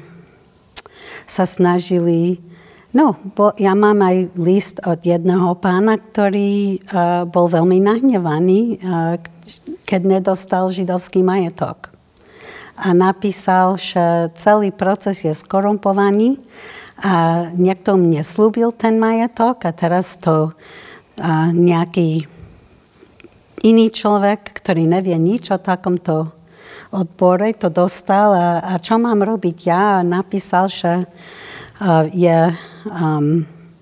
S2: sa snažili. No, bo ja mám aj list od jedného pána, ktorý uh, bol veľmi nahnevaný, uh, keď nedostal židovský majetok. A napísal, že celý proces je skorumpovaný a niekto mne slúbil ten majetok a teraz to uh, nejaký iný človek, ktorý nevie nič o takomto odbore to dostal a, a čo mám robiť ja? Napísal, že uh, je, um,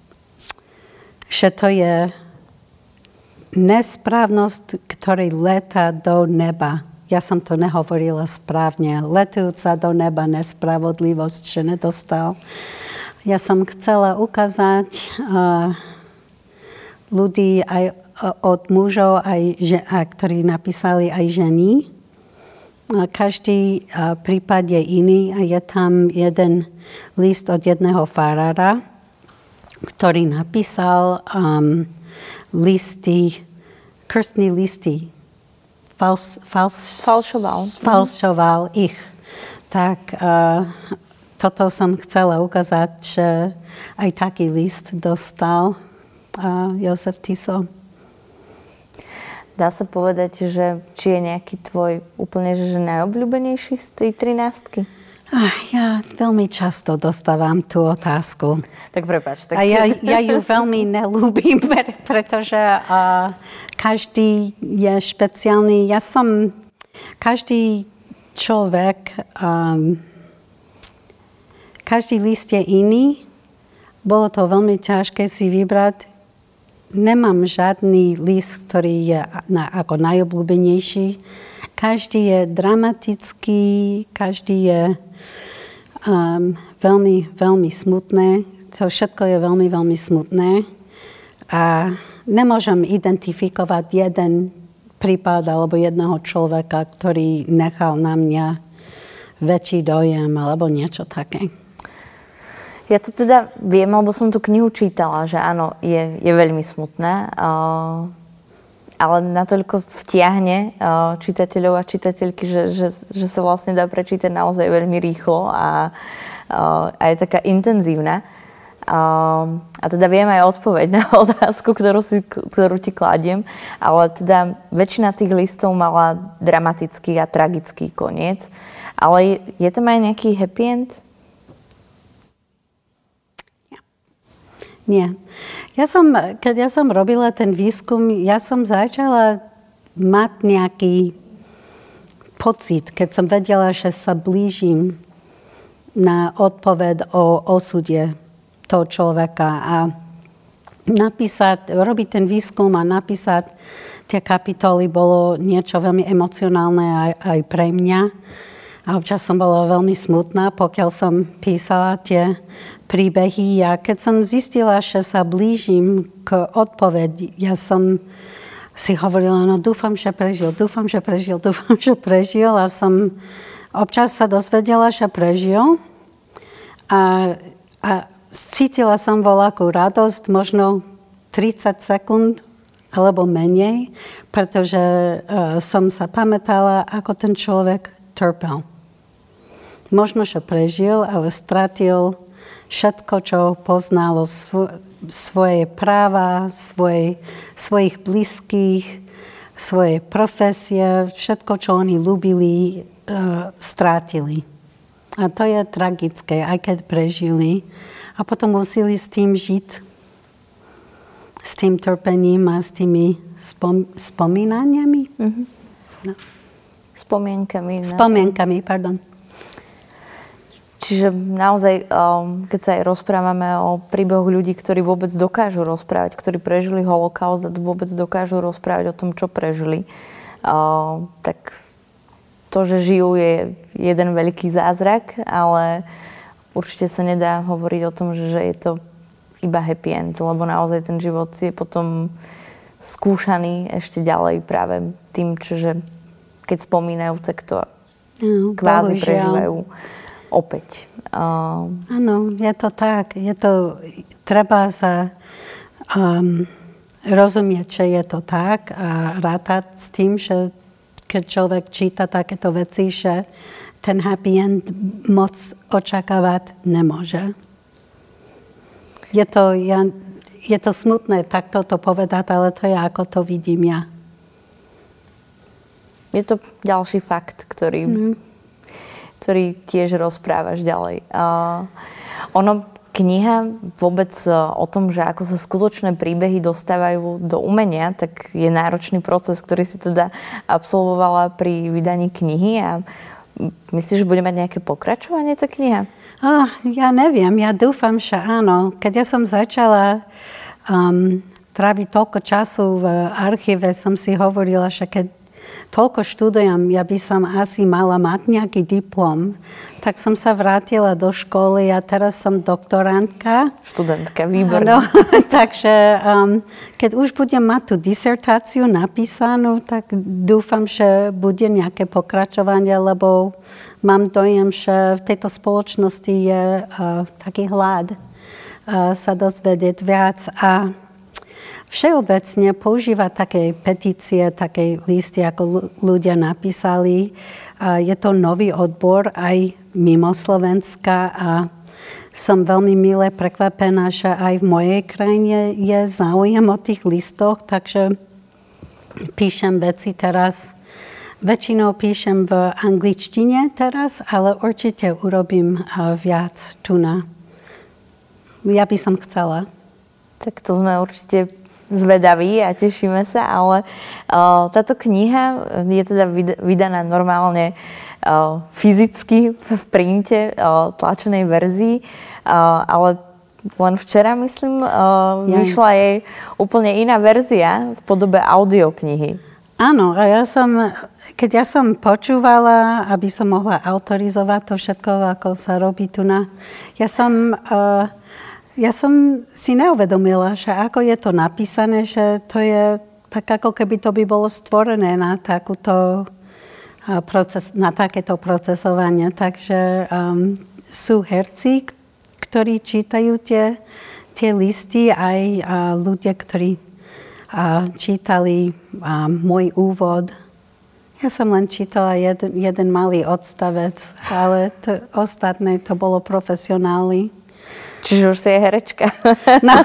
S2: že to je nesprávnosť, ktorý letá do neba. Ja som to nehovorila správne. Letujúca do neba nespravodlivosť, že nedostal. Ja som chcela ukázať uh, ľudí aj od mužov, aj, a, ktorí napísali aj ženy. Každý prípad je iný a je tam jeden list od jedného farára, ktorý napísal um, listy, krstní listy. Fals, fals,
S1: falšoval.
S2: Falšoval ich. Tak uh, toto som chcela ukázať, že aj taký list dostal uh, Jozef Tiso.
S1: Dá sa povedať, že či je nejaký tvoj úplne že najobľúbenejší z tej trinástky?
S2: Ah, ja veľmi často dostávam tú otázku.
S1: Tak prepáč. Tak...
S2: A ja, ja ju veľmi nelúbim, pretože uh, každý je špeciálny. Ja som, každý človek, um, každý list je iný. Bolo to veľmi ťažké si vybrať. Nemám žiadny list, ktorý je na, ako najobľúbenejší. Každý je dramatický, každý je um, veľmi, veľmi smutné. To všetko je veľmi, veľmi smutné. A nemôžem identifikovať jeden prípad alebo jedného človeka, ktorý nechal na mňa väčší dojem alebo niečo také.
S1: Ja to teda viem, lebo som tú knihu čítala, že áno, je, je veľmi smutná, uh, ale natoľko vtiahne uh, čitateľov a čitateľky, že, že, že sa vlastne dá prečítať naozaj veľmi rýchlo a, uh, a je taká intenzívna. Uh, a teda viem aj odpoveď na otázku, ktorú, si, ktorú ti kladiem, ale teda väčšina tých listov mala dramatický a tragický koniec. Ale je, je tam aj nejaký happy end?
S2: Nie. Ja som, keď ja som robila ten výskum, ja som začala mať nejaký pocit, keď som vedela, že sa blížim na odpoveď o osude toho človeka a napísať, robiť ten výskum a napísať tie kapitoly bolo niečo veľmi emocionálne aj, aj pre mňa. A občas som bola veľmi smutná, pokiaľ som písala tie príbehy. A keď som zistila, že sa blížim k odpovedi, ja som si hovorila, no dúfam, že prežil, dúfam, že prežil, dúfam, že prežil. A som občas sa dozvedela, že prežil. A, a cítila som voľakú radosť, možno tridsať sekúnd alebo menej, pretože uh, som sa pamätala, ako ten človek trpel. Možno, že prežil, ale stratil všetko, čo poznalo svo- svoje práva, svoj, svojich blízkych, svoje profesie, všetko, čo oni ľúbili, uh, strátili. A to je tragické, aj keď prežili. A potom museli s tým žiť, s tým trpením a s tými spom- spomínaniami. Mm-hmm. No.
S1: Spomienkami.
S2: Spomienkami, pardon.
S1: Čiže naozaj, keď sa aj rozprávame o príbehoch ľudí, ktorí vôbec dokážu rozprávať, ktorí prežili holokaust a vôbec dokážu rozprávať o tom, čo prežili, tak to, že žijú, je jeden veľký zázrak, ale určite sa nedá hovoriť o tom, že je to iba happy end, lebo naozaj ten život je potom skúšaný ešte ďalej práve tým, že keď spomínajú, tak to no, kvázi bohužiaľ prežívajú opäť.
S2: Áno, uh... je to tak. Je to, treba sa um, rozumieť, že je to tak a rátať s tým, že keď človek číta takéto veci, že ten happy end moc očakávať nemôže. Je to, ja, je to smutné takto to povedať, ale to je, ako to vidím ja.
S1: Je to ďalší fakt, ktorý... Mm. ktorý tiež rozprávaš ďalej. Uh, ono, kniha vôbec o tom, že ako sa skutočné príbehy dostávajú do umenia, tak je náročný proces, ktorý si teda absolvovala pri vydaní knihy a myslíš, že bude mať nejaké pokračovanie tá kniha?
S2: Oh, ja neviem, ja dúfam, že áno. Keď ja som začala um, tráviť toľko času v archíve, som si hovorila, že keď toľko študujem, ja by som asi mala mať nejaký diplom. Tak som sa vrátila do školy a teraz som doktorantka.
S1: Študentka, výborné.
S2: No, takže um, keď už budem mať tú disertáciu napísanú, tak dúfam, že bude nejaké pokračovanie, lebo mám dojem, že v tejto spoločnosti je uh, taký hlad uh, sa dozvedieť viac a všeobecne používa také petície, také listy, ako ľudia napísali. Je to nový odbor aj mimo Slovenska a som veľmi milé prekvapená, že aj v mojej krajine je záujem o tých listoch, takže píšem veci teraz. Väčšinou píšem v angličtine teraz, ale určite urobím viac tu na. Ja by som chcela.
S1: Tak to sme určite zvedaví a tešíme sa, ale uh, táto kniha je teda vydaná normálne uh, fyzicky v printe, uh, tlačenej verzii, uh, ale len včera, myslím, uh, vyšla jej úplne iná verzia v podobe audioknihy.
S2: Áno, a ja som, keď ja som počúvala, aby som mohla autorizovať to všetko, ako sa robí tu na... Ja som... Uh, Ja som si neuvedomila, že ako je to napísané, že to je tak, ako keby to by bolo stvorené na, takúto, proces, na takéto procesovanie. Takže um, sú herci, ktorí čítajú tie, tie listy, aj uh, ľudia, ktorí uh, čítali uh, môj úvod. Ja som len čítala jeden, jeden malý odstavec, ale to, ostatné to bolo profesionáli.
S1: Čiže už si je herečka.
S2: No,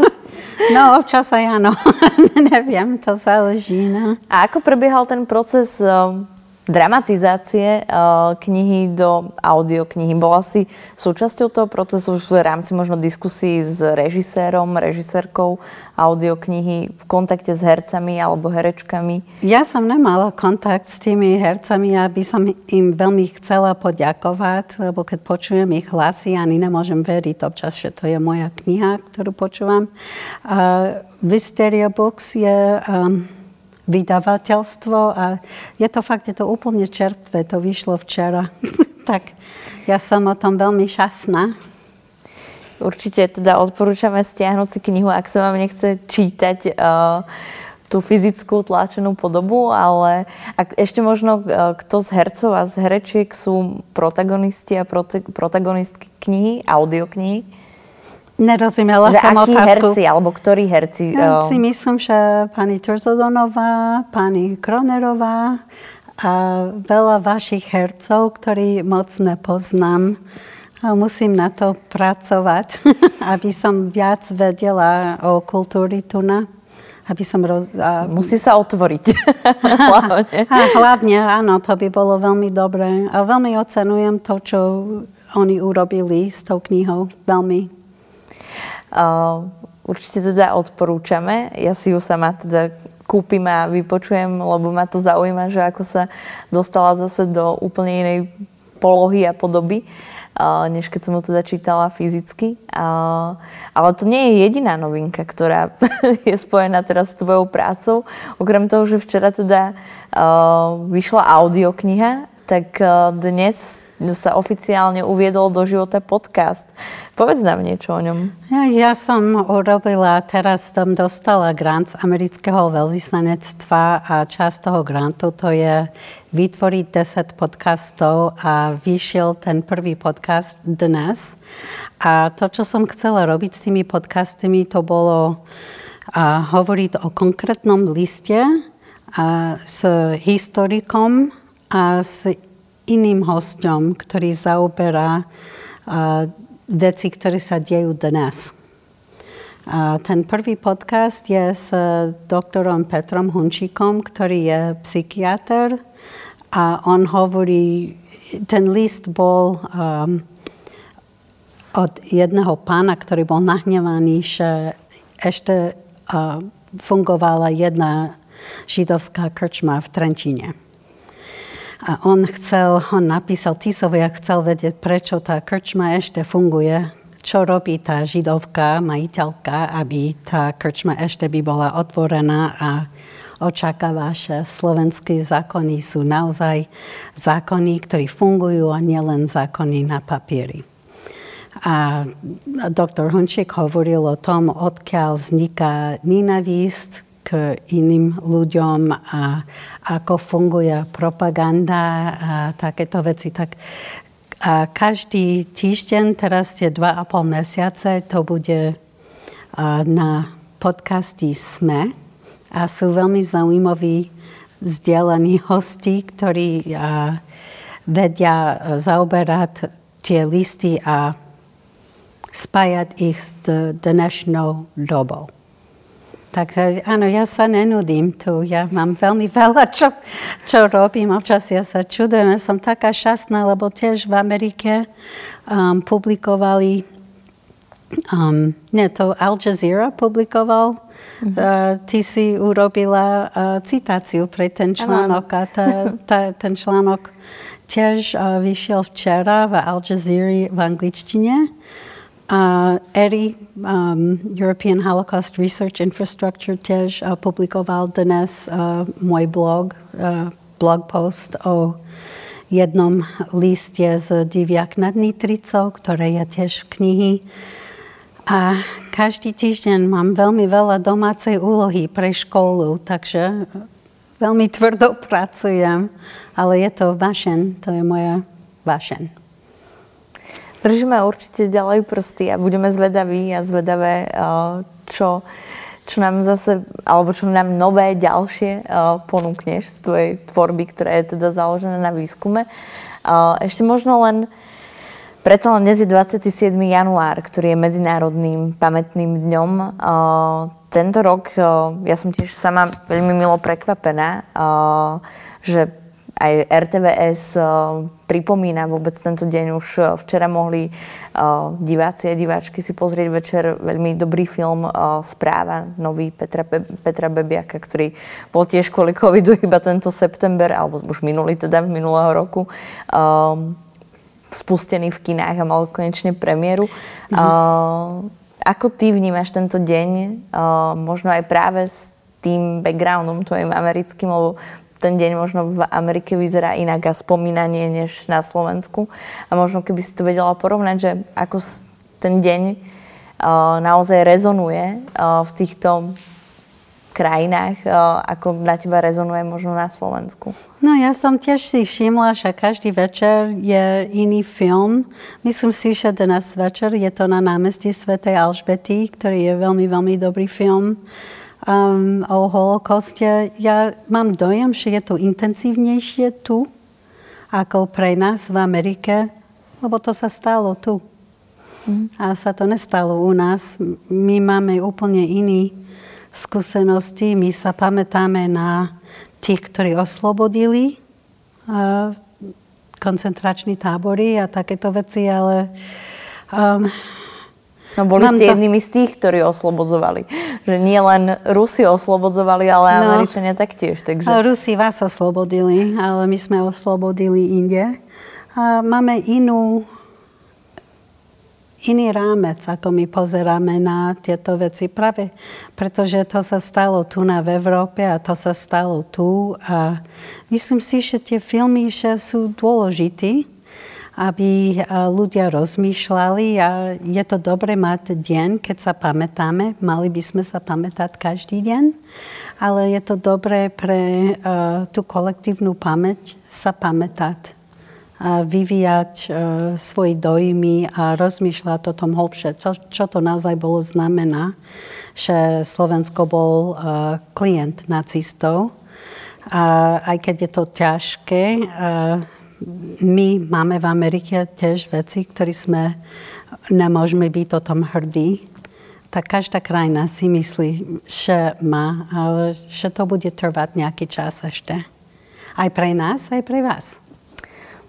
S2: no občas aj áno. Neviem, to záleží. No.
S1: A ako prebiehal ten proces uh, dramatizácie uh, knihy do audioknihy? Bola si súčasťou toho procesu v rámci možno diskusí s režisérom, režisérkou audioknihy v kontakte s hercami alebo herečkami? Ja
S2: som nemala kontakt s tými hercami, ja by som im veľmi chcela poďakovať, lebo keď počujem ich hlasy, ani nemôžem veriť občas, že to je moja kniha, ktorú počúvam. Uh, Wisteria Books je... Um, vydavateľstvo a je to fakt, je to úplne čerstvé, to vyšlo včera. Tak ja som o tom veľmi šťastná.
S1: Určite teda odporúčame stiahnuť si knihu, ak sa vám nechce čítať uh, tú fyzickú tlačenú podobu, ale ak ešte možno uh, kto z hercov a z herečiek sú protagonisti a prote- protagonistky knihy, audioknihy?
S2: Nerozumela
S1: že
S2: som
S1: akí
S2: otázku.
S1: herci, alebo ktorí herci?
S2: Ja si myslím, že pani Turzodonová, pani Kronerová a veľa vašich hercov, ktorí moc nepoznám. A musím na to pracovať, aby som viac vedela o kultúry tuna. Aby som roz... a...
S1: Musí sa otvoriť. Hlavne.
S2: A hlavne, áno, to by bolo veľmi dobré. A veľmi ocenujem to, čo oni urobili s tou knihou. Veľmi.
S1: Uh, určite teda odporúčame. Ja si ju sama teda kúpim a vypočujem, lebo ma to zaujíma, že ako sa dostala zase do úplne inej polohy a podoby, uh, než keď som ju teda čítala fyzicky. Uh, ale to nie je jediná novinka, ktorá je spojená teraz s tvojou prácou. Okrem toho, že včera teda uh, vyšla audiokniha, tak uh, dnes sa oficiálne uviedol do života podcast. Povedz nám niečo o ňom.
S2: Ja, ja som urobila, teraz som dostala grant z amerického veľvyslanectva a časť toho grantu to je vytvoriť desať podcastov a vyšiel ten prvý podcast dnes. A to, čo som chcela robiť s tými podcastami, to bolo a, hovoriť o konkrétnom liste a, s historikom a s iným hosťom, ktorý zaoberá uh, veci, ktoré sa dejú dnes. Uh, ten prvý podcast je s doktorom Petrom Hunčíkom, ktorý je psychiatr a on hovorí, ten list bol um, od jedného pána, ktorý bol nahnevaný, že ešte uh, fungovala jedna židovská krčma v Trenčíne. A on chcel, on napísal Tisovi a chcel vedieť, prečo tá krčma ešte funguje, čo robí tá židovka, majiteľka, aby tá krčma ešte by bola otvorená a očakáva, že slovenské zákony sú naozaj zákony, ktorí fungujú a nielen zákony na papieri. A doktor Hunčík hovoril o tom, odkiaľ vzniká nenávist k iným ľuďom a ako funguje propaganda a takéto veci. Tak a každý týždeň, teraz tie dva a pol mesiace, to bude na podcasti SME a sú veľmi zaujímaví vzdelaní hosti, ktorí vedia zaoberať tie listy a spájať ich s dnešnou dobou. Takže áno, ja sa nenudím tu. Ja mám veľmi veľa, čo, čo robím. Občas ja sa čudujem. Ja som taká šťastná, lebo tiež v Amerike um, publikovali, um, nie, to Al Jazeera publikoval. Mm-hmm. Uh, ty si urobila uh, citáciu pre ten článok a ta, ta, ten článok tiež uh, vyšiel včera v Al Jazeera v angličtine. Uh, E R I, um, European Holocaust Research Infrastructure, tiež uh, publikoval dnes uh, môj blog, uh, blog post o jednom liste z Diviak nad Nitricou, ktoré je tiež knihy. A každý týždeň mám veľmi veľa domácej úlohy pre školu, takže veľmi tvrdo pracujem, ale je to vášeň, to je moja vášeň.
S1: Držíme určite ďalej prsty a budeme zvedaví a zvedavé, čo, čo nám zase, alebo čo nám nové, ďalšie ponúkneš z tvojej tvorby, ktorá je teda založená na výskume. Ešte možno len, predsa len dnes je dvadsiateho siedmeho január, ktorý je Medzinárodným pamätným dňom. Tento rok, ja som tiež sama veľmi milo prekvapená, že aj er té vé es uh, pripomína vôbec tento deň. Už uh, včera mohli uh, diváci a diváčky si pozrieť večer veľmi dobrý film uh, Správa, nový Petra, Be- Petra Bebiaka, ktorý bol tiež kvôli covidu iba tento september, alebo už minulý teda, minulého roku, um, spustený v kinách a mal konečne premiéru. Mm-hmm. Uh, ako ty vnímaš tento deň, uh, možno aj práve s tým backgroundom tvojim americkým, lebo ten deň možno v Amerike vyzerá inak a spomínanie než na Slovensku. A možno keby si to vedela porovnať, že ako ten deň uh, naozaj rezonuje uh, v týchto krajinách, uh, ako na teba rezonuje možno na Slovensku.
S2: No ja som tiež si všimla, že každý večer je iný film. Myslím si, že dnes večer je to na námestí svätej Alžbety, ktorý je veľmi, veľmi dobrý film. Um, o holokauste. Ja mám dojem, že je to intenzívnejšie tu, ako pre nás v Amerike, lebo to sa stalo tu. Mm. A sa to nestalo u nás. My máme úplne iné skúsenosti. My sa pamätáme na tých, ktorí oslobodili uh, koncentračné tábory a takéto veci, ale um,
S1: No boli Mám ste to... jednými z tých, ktorí oslobodzovali. Že nie len Rusi oslobodzovali, ale no, Američania taktiež. Takže...
S2: Rusi vás oslobodili, ale my sme oslobodili inde. A máme inú, iný rámec, ako my pozeráme na tieto veci. Práve pretože to sa stalo tu na v Európe a to sa stalo tu. A myslím si, že tie filmy že sú dôležité, aby ľudia rozmýšľali a je to dobre mať deň, keď sa pamätáme. Mali by sme sa pamätať každý deň, ale je to dobré pre uh, tú kolektívnu pamäť sa pamätať a vyvíjať uh, svoje dojmy a rozmýšľať o tom hlbšie, čo, čo to naozaj bolo znamená, že Slovensko bol uh, klient nacistov. A aj keď je to ťažké, uh, my máme v Amerike tiež veci, ktoré sme nemôžeme byť o tom hrdí. Tak každá krajina si myslí, že má, ale že to bude trvať nejaký čas ešte. Aj pre nás, aj pre vás.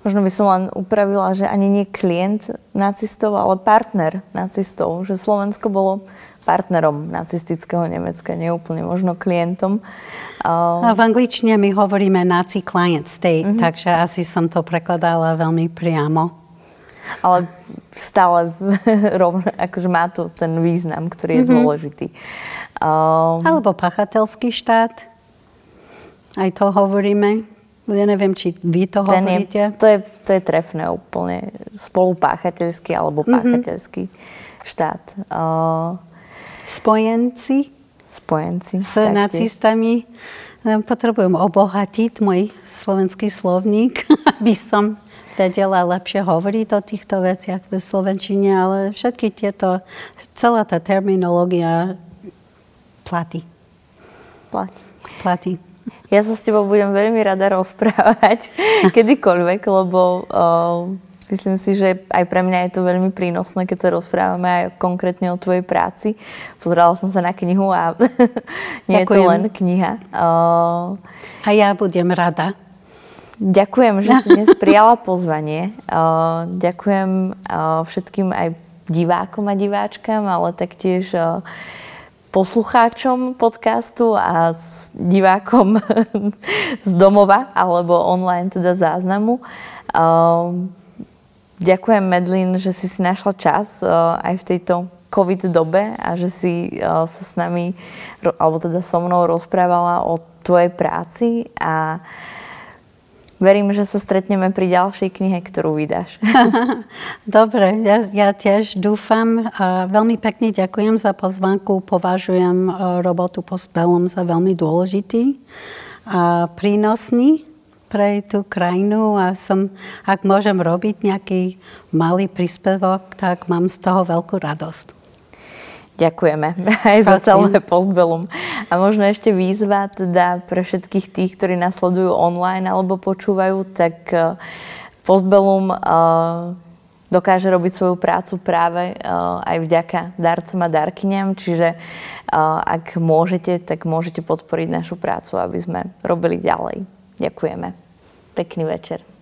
S1: Možno by som len upravila, že ani nie klient nacistov, ale partner nacistov. Že Slovensko bolo partnerom nacistického Nemecka, nie úplne možno klientom.
S2: Uh... V angličtine my hovoríme Nazi client state, uh-huh. takže asi som to prekladala veľmi priamo.
S1: Ale stále rovno, akože má to ten význam, ktorý je uh-huh. dôležitý. Uh...
S2: Alebo pachateľský štát. Aj to hovoríme. Ja neviem, či vy to Ten hovoríte.
S1: Je, to, je, to je trefné úplne. Spolupáchateľský alebo páchateľský mm-hmm. štát. Uh,
S2: Spojenci.
S1: Spojenci.
S2: S taktiež. Nacistami. Potrebujem obohatiť môj slovenský slovník, aby som vedela lepšie hovoriť o týchto veciach v slovenčine, ale všetky tieto, celá tá terminológia platí.
S1: Platí.
S2: Platí.
S1: Ja sa s tebou budem veľmi rada rozprávať kedykoľvek, lebo uh, myslím si, že aj pre mňa je to veľmi prínosné, keď sa rozprávame aj konkrétne o tvojej práci. Pozerala som sa na knihu a nie Ďakujem. Je to len kniha. Uh,
S2: a ja budem rada.
S1: Ďakujem, že si dnes prijala pozvanie. Uh, ďakujem uh, všetkým aj divákom a diváčkam, ale taktiež uh, poslucháčom podcastu a divákom z domova alebo online teda záznamu. Ďakujem, Madeleine, že si si našla čas aj v tejto COVID dobe a že si sa s nami, alebo teda so mnou rozprávala o tvojej práci a verím, že sa stretneme pri ďalšej knihe, ktorú vydáš.
S2: Dobre, ja, ja tiež dúfam. A veľmi pekne ďakujem za pozvánku. Považujem robotu Postbellum za veľmi dôležitý a prínosný pre tú krajinu. A som, ak môžem robiť nejaký malý príspevok, tak mám z toho veľkú radosť.
S1: Ďakujeme aj za celé Postbellum. A možno ešte výzva teda pre všetkých tých, ktorí nás sledujú online alebo počúvajú, tak Postbellum dokáže robiť svoju prácu práve aj vďaka darcom a darkyniam. Čiže ak môžete, tak môžete podporiť našu prácu, aby sme robili ďalej. Ďakujeme. Pekný večer.